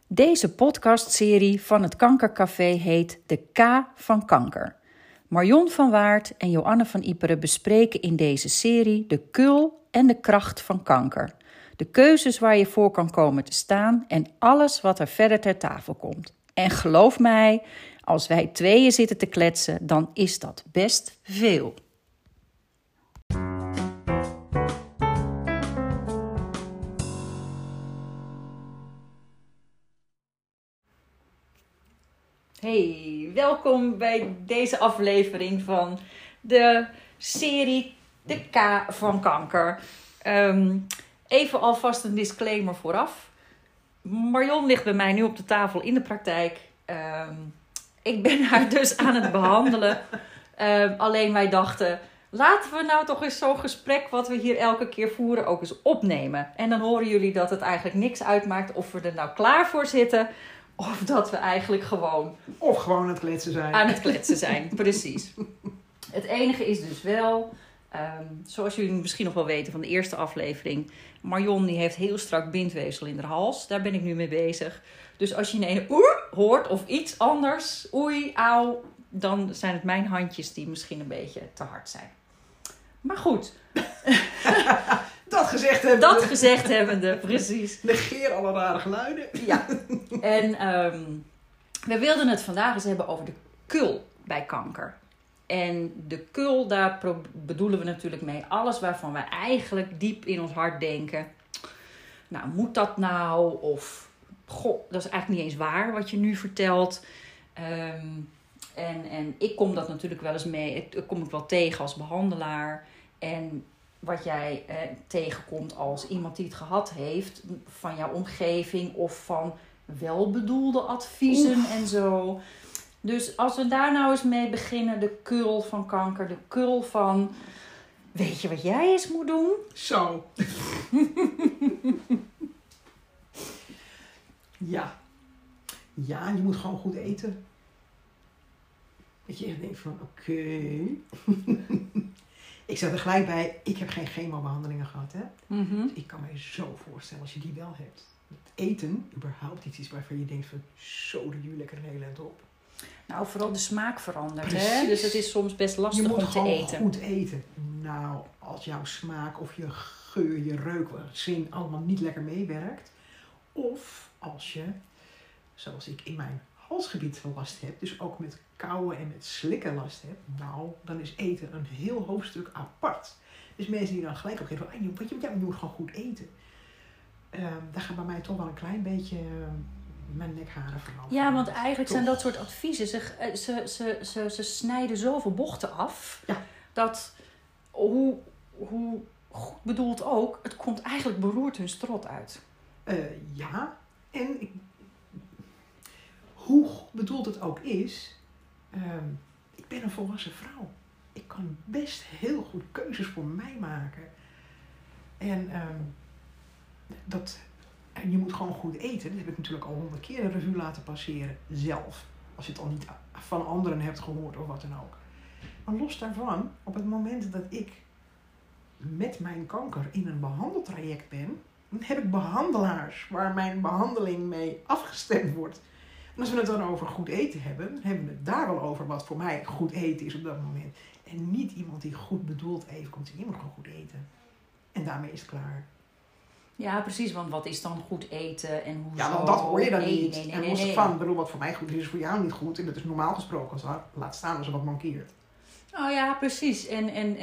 Deze podcastserie van het Kankercafé heet De K van Kanker. Marion van Waart en Joanne van Iperen bespreken in deze serie de kul en de kracht van kanker. De keuzes waar je voor kan komen te staan en alles wat er verder ter tafel komt. En geloof mij, als wij tweeën zitten te kletsen, dan is dat best veel. Hey, welkom bij deze aflevering van de serie De K van Kanker. Even alvast een disclaimer vooraf. Marion ligt bij mij nu op de tafel in de praktijk. Ik ben haar dus aan het behandelen. Alleen wij dachten, laten we nou toch eens zo'n gesprek wat we hier elke keer voeren ook eens opnemen. En dan horen jullie dat het eigenlijk niks uitmaakt of we er nou klaar voor zitten. Of dat we eigenlijk gewoon... Of gewoon aan het kletsen zijn. Aan het kletsen zijn, precies. Het enige is dus wel, zoals jullie misschien nog wel weten van de eerste aflevering. Marion die heeft heel strak bindweefsel in haar hals. Daar ben ik nu mee bezig. Dus als je ineens hoort of iets anders, oei, auw, dan zijn het mijn handjes die misschien een beetje te hard zijn. Maar goed. Dat gezegd hebbende, precies. Negeer alle rare geluiden. Ja. En we wilden het vandaag eens hebben over de kul bij kanker. En de kul, daar bedoelen we natuurlijk mee alles waarvan we eigenlijk diep in ons hart denken. Nou, moet dat nou? Of, goh, dat is eigenlijk niet eens waar wat je nu vertelt. En ik kom dat natuurlijk wel eens mee. Ik kom ik wel tegen als behandelaar. En wat jij tegenkomt als iemand die het gehad heeft van jouw omgeving of van welbedoelde adviezen en zo. Dus als we daar nou eens mee beginnen, de kul van kanker, de kul van, weet je wat jij eens moet doen? Zo. Ja, je moet gewoon goed eten. Dat je echt denkt van, oké. Ik zat er gelijk bij, ik heb geen chemobehandelingen gehad, hè. Mm-hmm. Ik kan me zo voorstellen als je die wel hebt. Eten, überhaupt iets waarvan je denkt van, zo doe je lekker een heel eind op. Nou, vooral de smaak verandert, Precies. hè. Dus het is soms best lastig om te eten. Je moet gewoon goed eten. Nou, als jouw smaak of je geur, je reuk, zin allemaal niet lekker meewerkt. Of als je, zoals ik in mijn halsgebied last heb, dus ook met kauwen en met slikken last heb, nou, dan is eten een heel hoofdstuk apart. Dus mensen die dan gelijk ook denken, je moet gewoon goed eten. Daar gaat bij mij toch wel een klein beetje mijn nekharen vanaf. Ja, want eigenlijk zijn dat soort adviezen, ze snijden zoveel bochten af, ja. Dat hoe goed bedoeld ook, het komt eigenlijk beroerd hun strot uit. Ja, en hoe goed bedoeld het ook is, ik ben een volwassen vrouw. Ik kan best heel goed keuzes voor mij maken. En je moet gewoon goed eten. Dat heb ik natuurlijk al 100 keer een revue laten passeren. Zelf. Als je het al niet van anderen hebt gehoord of wat dan ook. Maar los daarvan, op het moment dat ik met mijn kanker in een behandeltraject ben, dan heb ik behandelaars waar mijn behandeling mee afgestemd wordt. En als we het dan over goed eten hebben, dan hebben we het daar wel over wat voor mij goed eten is op dat moment. En niet iemand die goed bedoeld even komt zeggen, je moet gewoon goed eten. En daarmee is het klaar. Ja, precies, want wat is dan goed eten en hoe? Ja, want dat hoor je dan niet. Nee. En los van, bedoel, wat voor mij goed is voor jou niet goed. En dat is normaal gesproken als laat staan als er wat mankeert. Oh ja, precies. En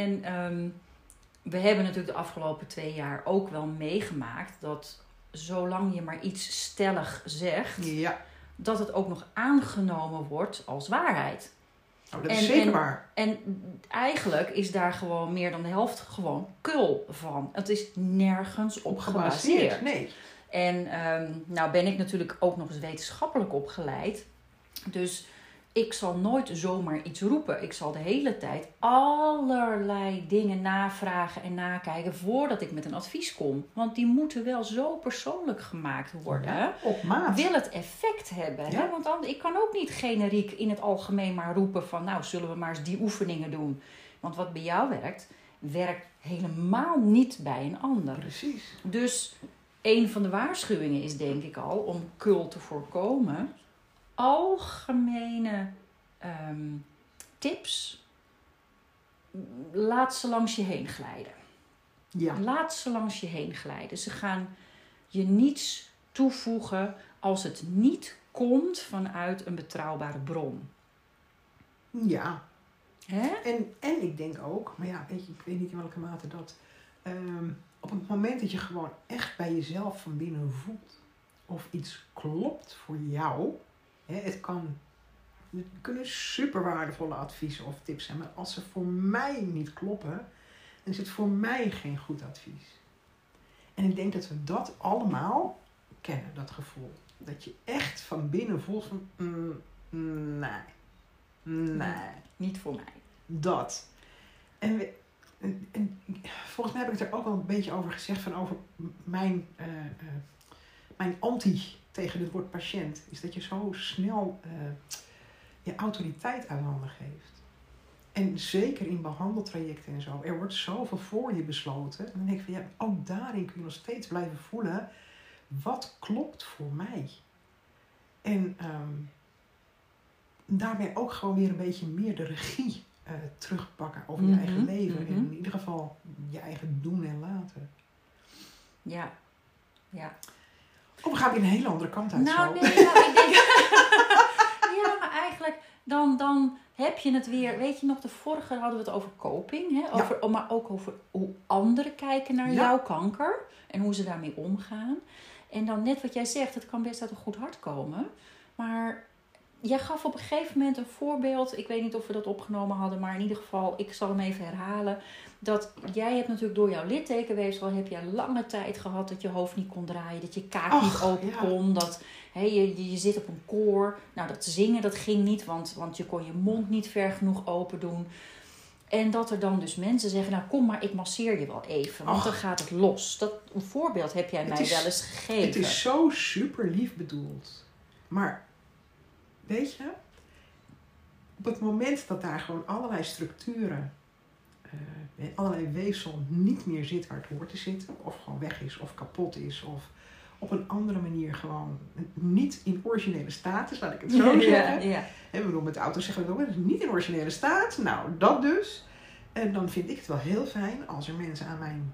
we hebben natuurlijk de afgelopen 2 jaar ook wel meegemaakt dat zolang je maar iets stellig zegt, ja, dat het ook nog aangenomen wordt als waarheid. Oh, dat is zeker waar. En eigenlijk is daar gewoon meer dan de helft gewoon kul van. Het is nergens op gebaseerd. Nee. En nou ben ik natuurlijk ook nog eens wetenschappelijk opgeleid. Dus ik zal nooit zomaar iets roepen. Ik zal de hele tijd allerlei dingen navragen en nakijken voordat ik met een advies kom. Want die moeten wel zo persoonlijk gemaakt worden. Ja, op maat. Wil het effect hebben. Ja. Hè? Want dan, ik kan ook niet generiek in het algemeen maar roepen van, nou, zullen we maar eens die oefeningen doen. Want wat bij jou werkt helemaal niet bij een ander. Precies. Dus een van de waarschuwingen is denk ik al, om KUL te voorkomen, algemene tips, laat ze langs je heen glijden. Ja. Laat ze langs je heen glijden. Ze gaan je niets toevoegen als het niet komt vanuit een betrouwbare bron. Ja. Hè? En ik denk ook, maar ja, weet je, ik weet niet in welke mate dat... op het moment dat je gewoon echt bij jezelf van binnen voelt of iets klopt voor jou, hè, het kunnen super waardevolle adviezen of tips zijn, maar als ze voor mij niet kloppen, dan is het voor mij geen goed advies. En ik denk dat we dat allemaal kennen, dat gevoel. Dat je echt van binnen voelt van, nee. Niet voor mij. Dat. En volgens mij heb ik het er ook wel een beetje over gezegd, van over mijn anti tegen het woord patiënt. Is dat je zo snel je autoriteit uit handen geeft. En zeker in behandeltrajecten en zo. Er wordt zoveel voor je besloten. En dan denk ik van ja, ook daarin kun je nog steeds blijven voelen. Wat klopt voor mij? En daarbij ook gewoon weer een beetje meer de regie terugpakken over je eigen leven. En in ieder geval je eigen doen en laten. Ja. Oh, we gaan weer een hele andere kant uit zo. Nee, ik denk... ja, maar eigenlijk dan heb je het weer... Weet je nog, de vorige hadden we het over coping. Hè? Maar ook over hoe anderen kijken naar jouw kanker. En hoe ze daarmee omgaan. En dan net wat jij zegt, het kan best uit een goed hart komen. Maar jij gaf op een gegeven moment een voorbeeld. Ik weet niet of we dat opgenomen hadden. Maar in ieder geval, ik zal hem even herhalen. Dat jij hebt natuurlijk door jouw littekenweefsel... heb jij lange tijd gehad dat je hoofd niet kon draaien. Dat je kaak niet open kon. Dat je zit op een koor. Nou, dat zingen, dat ging niet. Want je kon je mond niet ver genoeg open doen. En dat er dan dus mensen zeggen... Nou, kom maar, ik masseer je wel even. Want dan gaat het los. Een voorbeeld heb jij mij wel eens gegeven. Het is zo super lief bedoeld. Maar... Weet je, op het moment dat daar gewoon allerlei structuren, allerlei weefsel niet meer zit waar het hoort te zitten, of gewoon weg is, of kapot is, of op een andere manier gewoon niet in originele staat is, laat ik het zo zeggen. Ja. En we doen met de auto zeggen we ook, het is niet in originele staat. Nou, dat dus. En dan vind ik het wel heel fijn als er mensen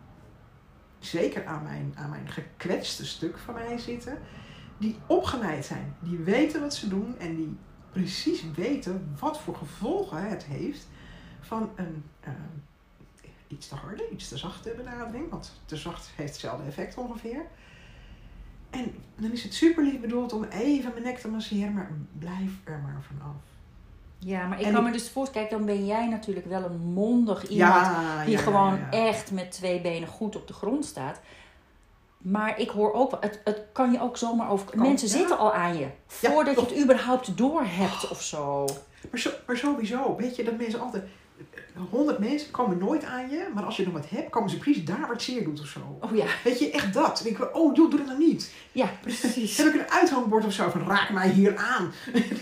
zeker aan mijn gekwetste stuk van mij zitten, die opgeleid zijn, die weten wat ze doen en die precies weten wat voor gevolgen het heeft van een iets te harde, iets te zachte benadering. Want te zacht heeft hetzelfde effect ongeveer. En dan is het super lief bedoeld om even mijn nek te masseren, maar blijf er maar vanaf. Ja, maar ik kan me dus voorstellen, kijk, dan ben jij natuurlijk wel een mondig iemand die gewoon echt met 2 benen goed op de grond staat. Maar ik hoor ook, het kan je ook zomaar over... Mensen zitten al aan je, voordat je het überhaupt door hebt of zo. Maar sowieso, weet je, dat mensen altijd... 100 mensen komen nooit aan je, maar als je nog wat hebt, komen ze precies daar waar het zeer doet of zo. Oh ja. Weet je, echt dat. Dan denk ik, oh joh, doe dat dan niet. Ja, precies. Heb ik een uithangbord of zo van raak mij hier aan.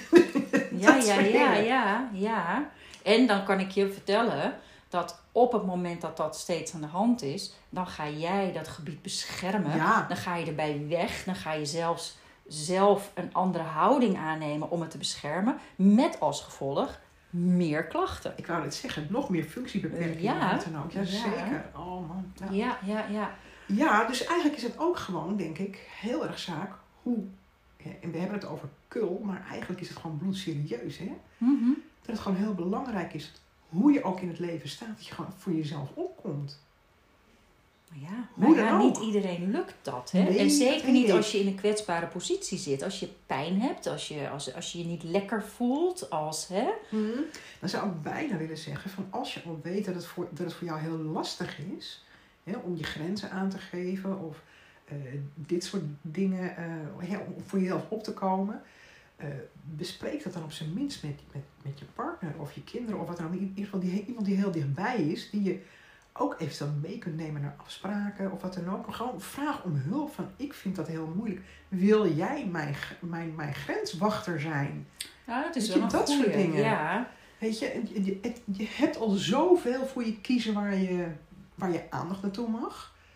Ja. En dan kan ik je vertellen dat op het moment dat dat steeds aan de hand is, dan ga jij dat gebied beschermen. Ja. Dan ga je erbij weg. Dan ga je zelf een andere houding aannemen om het te beschermen. Met als gevolg meer klachten. Ik wou dit zeggen, nog meer functiebeperkingen. Ja. Dan ook. Ja, zeker. Oh man. Ja. Ja, dus eigenlijk is het ook gewoon, denk ik, heel erg zaak hoe... En we hebben het over KUL, maar eigenlijk is het gewoon bloedserieus, hè? Mm-hmm. Dat het gewoon heel belangrijk is, hoe je ook in het leven staat, dat je gewoon voor jezelf opkomt. Ja, maar niet iedereen lukt dat. Hè? Nee, en zeker niet als je in een kwetsbare positie zit. Als je pijn hebt, als je je niet lekker voelt. Dan zou ik bijna willen zeggen, van als je al weet dat het voor jou heel lastig is, hè, om je grenzen aan te geven of dit soort dingen om voor jezelf op te komen, bespreek dat dan op zijn minst met je partner of je kinderen of wat dan ook. In ieder geval iemand die heel dichtbij is, die je ook eventueel mee kunt nemen naar afspraken of wat dan ook. Gewoon vraag om hulp van, ik vind dat heel moeilijk. Wil jij mijn grenswachter zijn? Ja, dat is weet wel je, een dat soort dingen. Ja. Weet je, je hebt al zoveel voor je kiezen waar je aandacht naartoe mag.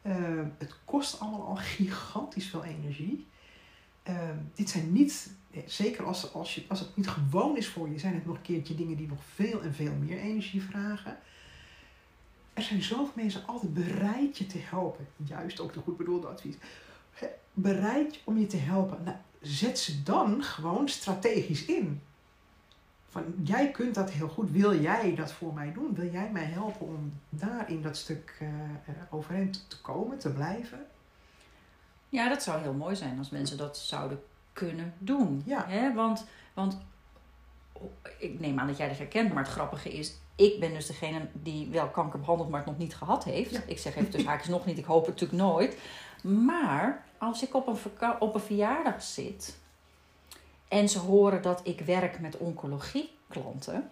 Het kost allemaal al gigantisch veel energie. Dit zijn niet, zeker als het niet gewoon is voor je, zijn het nog een keertje dingen die nog veel en veel meer energie vragen. Er zijn zoveel mensen altijd bereid je te helpen. Juist ook de goed bedoelde advies. Bereid om je te helpen. Nou, zet ze dan gewoon strategisch in. Van, jij kunt dat heel goed. Wil jij dat voor mij doen? Wil jij mij helpen om daar in dat stuk overeind te komen, te blijven? Ja, dat zou heel mooi zijn als mensen dat zouden kunnen doen. Ja. Hè? Want ik neem aan dat jij dat herkent, maar het grappige is, ik ben dus degene die wel kanker behandeld, maar het nog niet gehad heeft. Ja. Ik zeg even tussen haakjes nog niet, ik hoop het natuurlijk nooit. Maar als ik op een verjaardag zit en ze horen dat ik werk met oncologieklanten.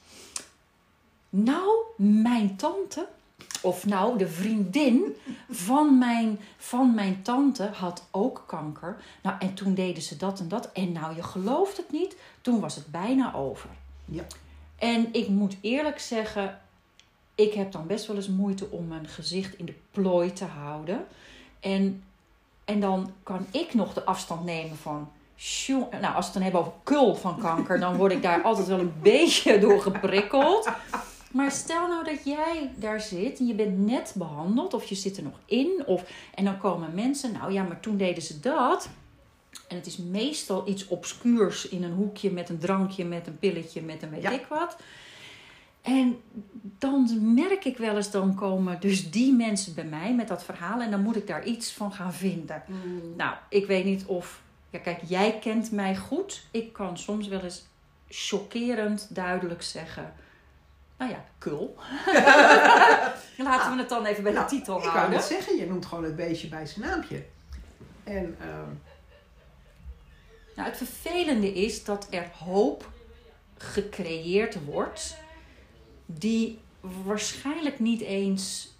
Nou, mijn tante, of nou de vriendin van mijn tante had ook kanker. Nou, en toen deden ze dat en dat. En nou, je gelooft het niet, toen was het bijna over. Ja. En ik moet eerlijk zeggen, ik heb dan best wel eens moeite om mijn gezicht in de plooi te houden. En dan kan ik nog de afstand nemen van, nou, als we het dan hebben over kul van kanker, dan word ik daar altijd wel een beetje door geprikkeld. Maar stel nou dat jij daar zit en je bent net behandeld of je zit er nog in. En dan komen mensen, nou ja, maar toen deden ze dat. En het is meestal iets obscuurs in een hoekje met een drankje, met een pilletje, met een weet ik wat. En dan merk ik wel eens, dan komen dus die mensen bij mij met dat verhaal. En dan moet ik daar iets van gaan vinden. Nou, ik weet niet of... Ja, kijk, jij kent mij goed. Ik kan soms wel eens chockerend duidelijk zeggen... Nou ja, kul. Laten we het dan even bij de titel houden. Ik wou net zeggen, je noemt gewoon het beestje bij zijn naampje. En... Nou, het vervelende is dat er hoop gecreëerd wordt... die waarschijnlijk niet eens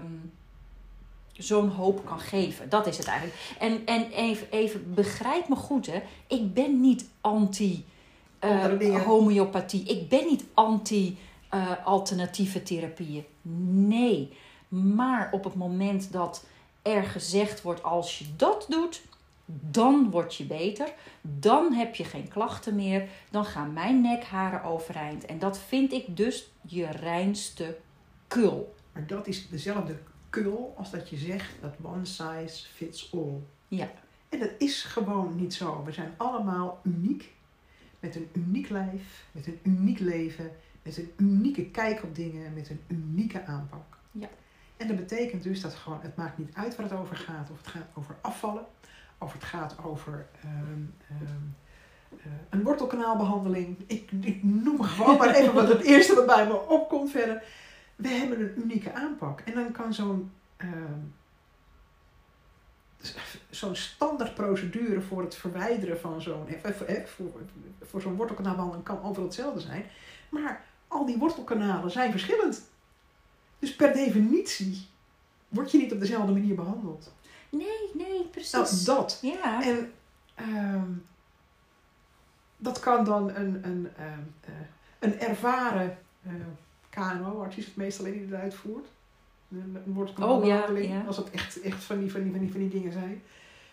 zo'n hoop kan geven. Dat is het eigenlijk. En even begrijp me goed, hè. Ik ben niet anti homeopathie. Ik ben niet anti alternatieve therapieën. Nee. Maar op het moment dat er gezegd wordt, als je dat doet, dan word je beter. Dan heb je geen klachten meer. Dan gaan mijn nekharen overeind. En dat vind ik dus je reinste kul. Maar dat is dezelfde kul als dat je zegt dat one size fits all. Ja. En dat is gewoon niet zo. We zijn allemaal uniek. Met een uniek lijf. Met een uniek leven. Met een unieke kijk op dingen. Met een unieke aanpak. Ja. En dat betekent dus dat gewoon, het maakt niet uit waar het over gaat. Of het gaat over afvallen. Of het gaat over een wortelkanaalbehandeling. Ik noem gewoon maar even wat het eerste wat bij me opkomt verder. We hebben een unieke aanpak. En dan kan zo'n standaard procedure voor het verwijderen van voor zo'n wortelkanaalbehandeling kan overal hetzelfde zijn. Maar al die wortelkanalen zijn verschillend. Dus per definitie word je niet op dezelfde manier behandeld. Nee, precies. Nou, dat. Ja. En dat kan dan een ervaren KMO-arts is het meestal die het uitvoert. Een wortelkanaalbehandeling. Ja. Als het echt van die dingen zijn.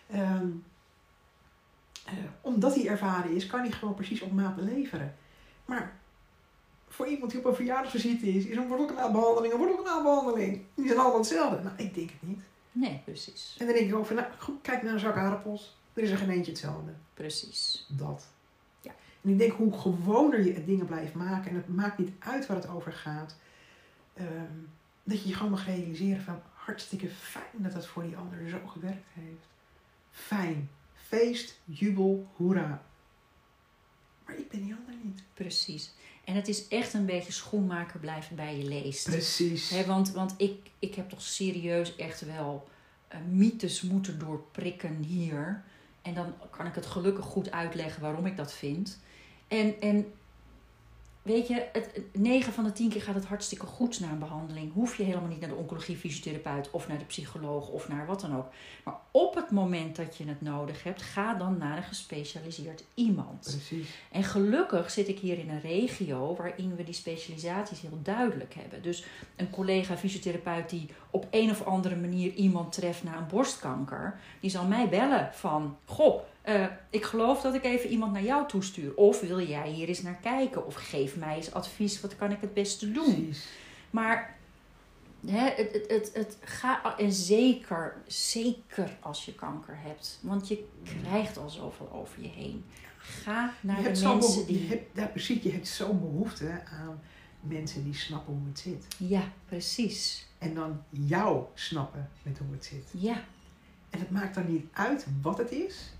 Omdat hij ervaren is, kan hij gewoon precies op maat leveren. Maar voor iemand die op een verjaardagsvisite is een wortelkanaalbehandeling een wortelkanaalbehandeling. Die zijn allemaal hetzelfde. Nou, ik denk het niet. Nee, precies. En dan denk ik over, nou goed, kijk naar een zak aardappels. Er is er geen eentje hetzelfde. Precies. Dat. Ja. En ik denk hoe gewoner je dingen blijft maken. En het maakt niet uit waar het over gaat. Dat je gewoon mag realiseren van hartstikke fijn dat het voor die ander zo gewerkt heeft. Fijn. Feest, jubel, hoera. Maar ik ben die ander niet. Precies. En het is echt een beetje schoenmaker blijft bij je leest. Precies. He, want ik heb toch serieus echt wel mythes moeten doorprikken hier. En dan kan ik het gelukkig goed uitleggen waarom ik dat vind. En weet je, 9 van de 10 keer gaat het hartstikke goed na een behandeling. Hoef je helemaal niet naar de oncologie-fysiotherapeut of naar de psycholoog of naar wat dan ook. Maar op het moment dat je het nodig hebt, ga dan naar een gespecialiseerd iemand. Precies. En gelukkig zit ik hier in een regio waarin we die specialisaties heel duidelijk hebben. Dus een collega fysiotherapeut die op een of andere manier iemand treft na een borstkanker, die zal mij bellen van, goh, ik geloof dat ik even iemand naar jou toestuur. Of wil jij hier eens naar kijken? Of geef mij eens advies, wat kan ik het beste doen? Precies. Maar het gaat, en zeker als je kanker hebt, want je krijgt al zoveel over je heen. Ga naar de mensen die... Precies, je hebt zo'n behoefte aan mensen die snappen hoe het zit. Ja, precies. En dan jou snappen met hoe het zit. Ja. En het maakt dan niet uit wat het is.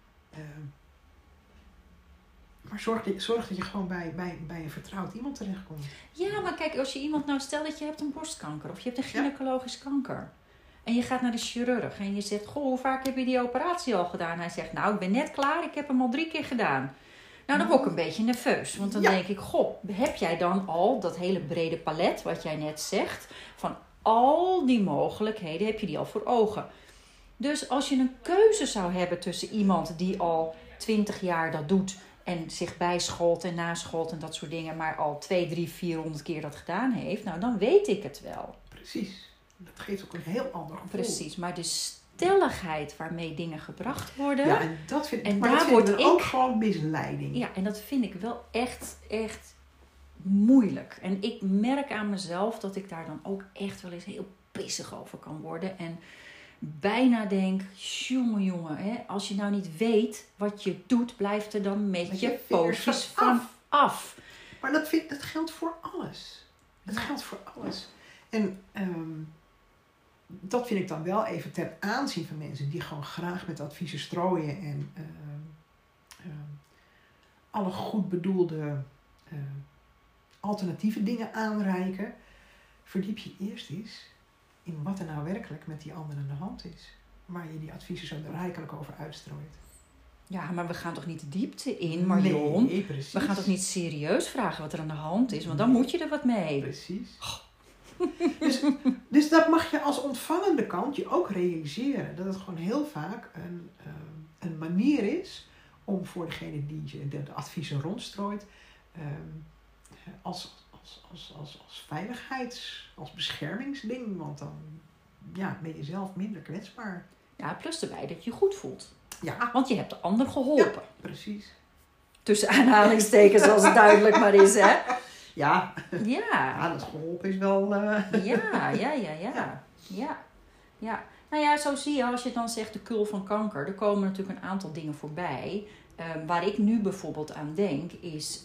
Maar zorg dat je gewoon bij een vertrouwd iemand terechtkomt. Ja, maar kijk, als je iemand nou... Stel dat je hebt een borstkanker of je hebt een gynaecologisch kanker. En je gaat naar de chirurg en je zegt... Goh, hoe vaak heb je die operatie al gedaan? Hij zegt, nou, ik ben net klaar. Ik heb hem al 3 keer gedaan. Nou, dan word ik een beetje nerveus. Want dan denk ik, goh, heb jij dan al dat hele brede palet... wat jij net zegt... van al die mogelijkheden, heb je die al voor ogen. Dus als je een keuze zou hebben tussen iemand die al 20 jaar dat doet... en zich bijscholt en nascholt en dat soort dingen... maar al 200, 300, 400 keer dat gedaan heeft... nou, dan weet ik het wel. Precies. Dat geeft ook een heel ander gevoel. Precies, maar de stelligheid waarmee dingen gebracht worden... Ja, en dat vind en maar daar dat word ik ook gewoon misleiding. Ja, en dat vind ik wel echt moeilijk. En ik merk aan mezelf dat ik daar dan ook echt wel eens heel pissig over kan worden... en bijna denk, jongen, hè, als je nou niet weet wat je doet, blijft er dan met je pootjes van af. Maar dat geldt voor alles. Dat geldt voor alles. En dat vind ik dan wel even ten aanzien van mensen die gewoon graag met adviezen strooien en alle goed bedoelde alternatieve dingen aanreiken. Verdiep je eerst eens in wat er nou werkelijk met die ander aan de hand is. Waar je die adviezen zo rijkelijk over uitstrooit. Ja, maar we gaan toch niet de diepte in, Marion? Nee, precies. We gaan toch niet serieus vragen wat er aan de hand is? Want dan moet je er wat mee. Precies. Dus dat mag je als ontvangende kant je ook realiseren. Dat het gewoon heel vaak een manier is om voor degene die de adviezen rondstrooit... als als beschermingsding. Want dan ben je zelf minder kwetsbaar. Ja, plus erbij dat je je goed voelt. Ja. Want je hebt de ander geholpen. Ja, precies. Tussen aanhalingstekens, als het duidelijk maar is, hè? Ja. Ja. Dat geholpen is wel... Ja. Nou ja, zo zie je, als je dan zegt de kul van kanker, er komen natuurlijk een aantal dingen voorbij. Waar ik nu bijvoorbeeld aan denk, is...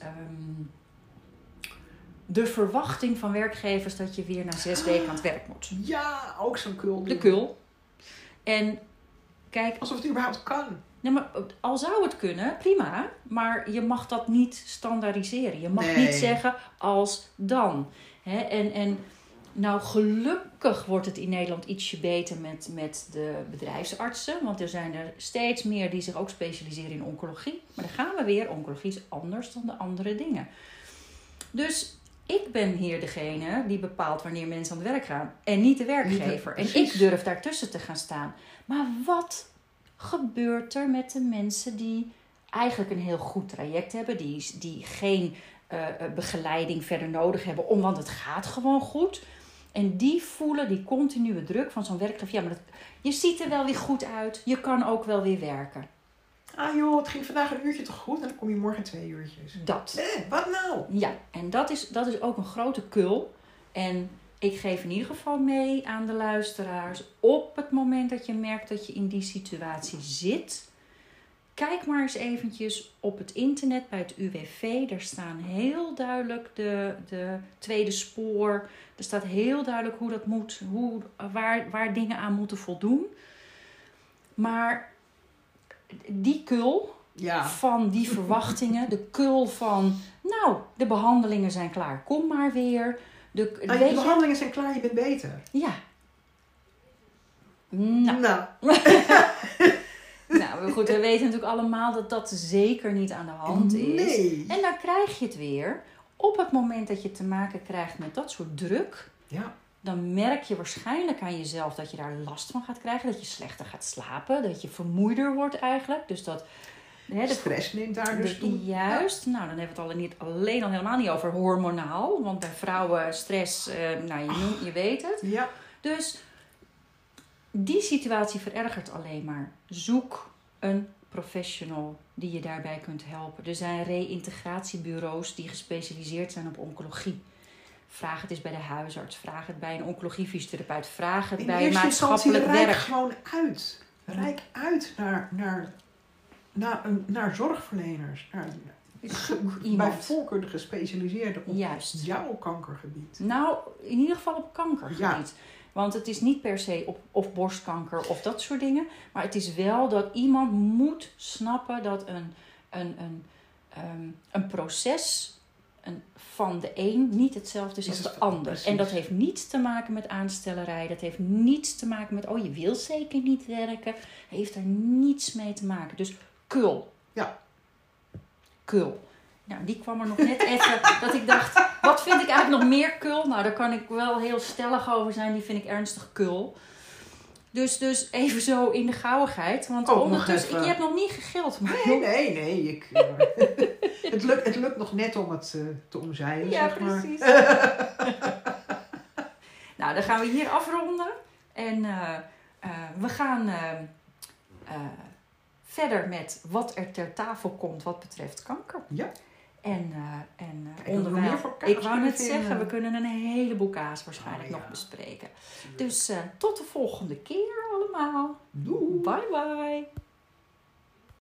de verwachting van werkgevers dat je weer na 6 weken aan het werk moet. Ja, ook zo'n kul. De kul. En kijk... Alsof het überhaupt kan. Nee, maar al zou het kunnen, prima. Maar je mag dat niet standaardiseren. Je mag niet zeggen als dan. En nou, gelukkig wordt het in Nederland ietsje beter met de bedrijfsartsen. Want er zijn er steeds meer die zich ook specialiseren in oncologie. Maar dan gaan we weer. Oncologie is anders dan de andere dingen. Dus... ik ben hier degene die bepaalt wanneer mensen aan het werk gaan. En niet de werkgever. En ik durf daartussen te gaan staan. Maar wat gebeurt er met de mensen die eigenlijk een heel goed traject hebben? Die geen begeleiding verder nodig hebben. Want het gaat gewoon goed. En die voelen die continue druk van zo'n werkgever. Ja, maar je ziet er wel weer goed uit. Je kan ook wel weer werken. Ah joh, het ging vandaag 1 uurtje toch goed? En dan kom je morgen 2 uurtjes. Dat. Wat nou? Ja, en dat is ook een grote kul. En ik geef in ieder geval mee aan de luisteraars. Op het moment dat je merkt dat je in die situatie zit. Kijk maar eens eventjes op het internet bij het UWV. Daar staan heel duidelijk de tweede spoor. Er staat heel duidelijk hoe dat moet. Waar dingen aan moeten voldoen. Maar... die kul van die verwachtingen, de kul van, nou, de behandelingen zijn klaar, kom maar weer. De behandelingen zijn klaar, je bent beter. Ja. Nou, goed, we weten natuurlijk allemaal dat dat zeker niet aan de hand is. Nee. En dan krijg je het weer. Op het moment dat je te maken krijgt met dat soort druk... ja. Dan merk je waarschijnlijk aan jezelf dat je daar last van gaat krijgen. Dat je slechter gaat slapen. Dat je vermoeider wordt eigenlijk. Dus dat... de stress neemt daar dus toe. Juist. Ja. Nou, dan hebben we het alleen al helemaal niet over hormonaal. Want bij vrouwen stress, je weet het. Ja. Dus die situatie verergert alleen maar. Zoek een professional die je daarbij kunt helpen. Er zijn reïntegratiebureaus die gespecialiseerd zijn op oncologie. Vraag het eens bij de huisarts. Vraag het bij een oncologiefysiotherapeut. Vraag het bij maatschappelijk werk. Rijk gewoon uit. Rijk uit naar zorgverleners. Zoek iemand. Bij voorkeur gespecialiseerde op jouw kankergebied. Nou, in ieder geval op kankergebied. Ja. Want het is niet per se of borstkanker of dat soort dingen. Maar het is wel dat iemand moet snappen dat een proces van de een niet hetzelfde is als de ander. Precies. En dat heeft niets te maken met aanstellerij. Dat heeft niets te maken met, je wil zeker niet werken. Heeft er niets mee te maken. Dus kul. Ja. Kul. Nou, die kwam er nog net even dat ik dacht, wat vind ik eigenlijk nog meer kul? Nou, daar kan ik wel heel stellig over zijn. Die vind ik ernstig kul. Dus even zo in de gauwigheid. Want ondertussen, je hebt nog niet gegild. Nee. Het lukt nog net om het te omzeilen, ja, zeg maar. Precies. Nou, dan gaan we hier afronden. En we gaan verder met wat er ter tafel komt wat betreft kanker. Ja. En onderwijl. Ik wou net zeggen, we kunnen een heleboel kaas waarschijnlijk nog bespreken. Dus tot de volgende keer allemaal. Doei. Bye bye.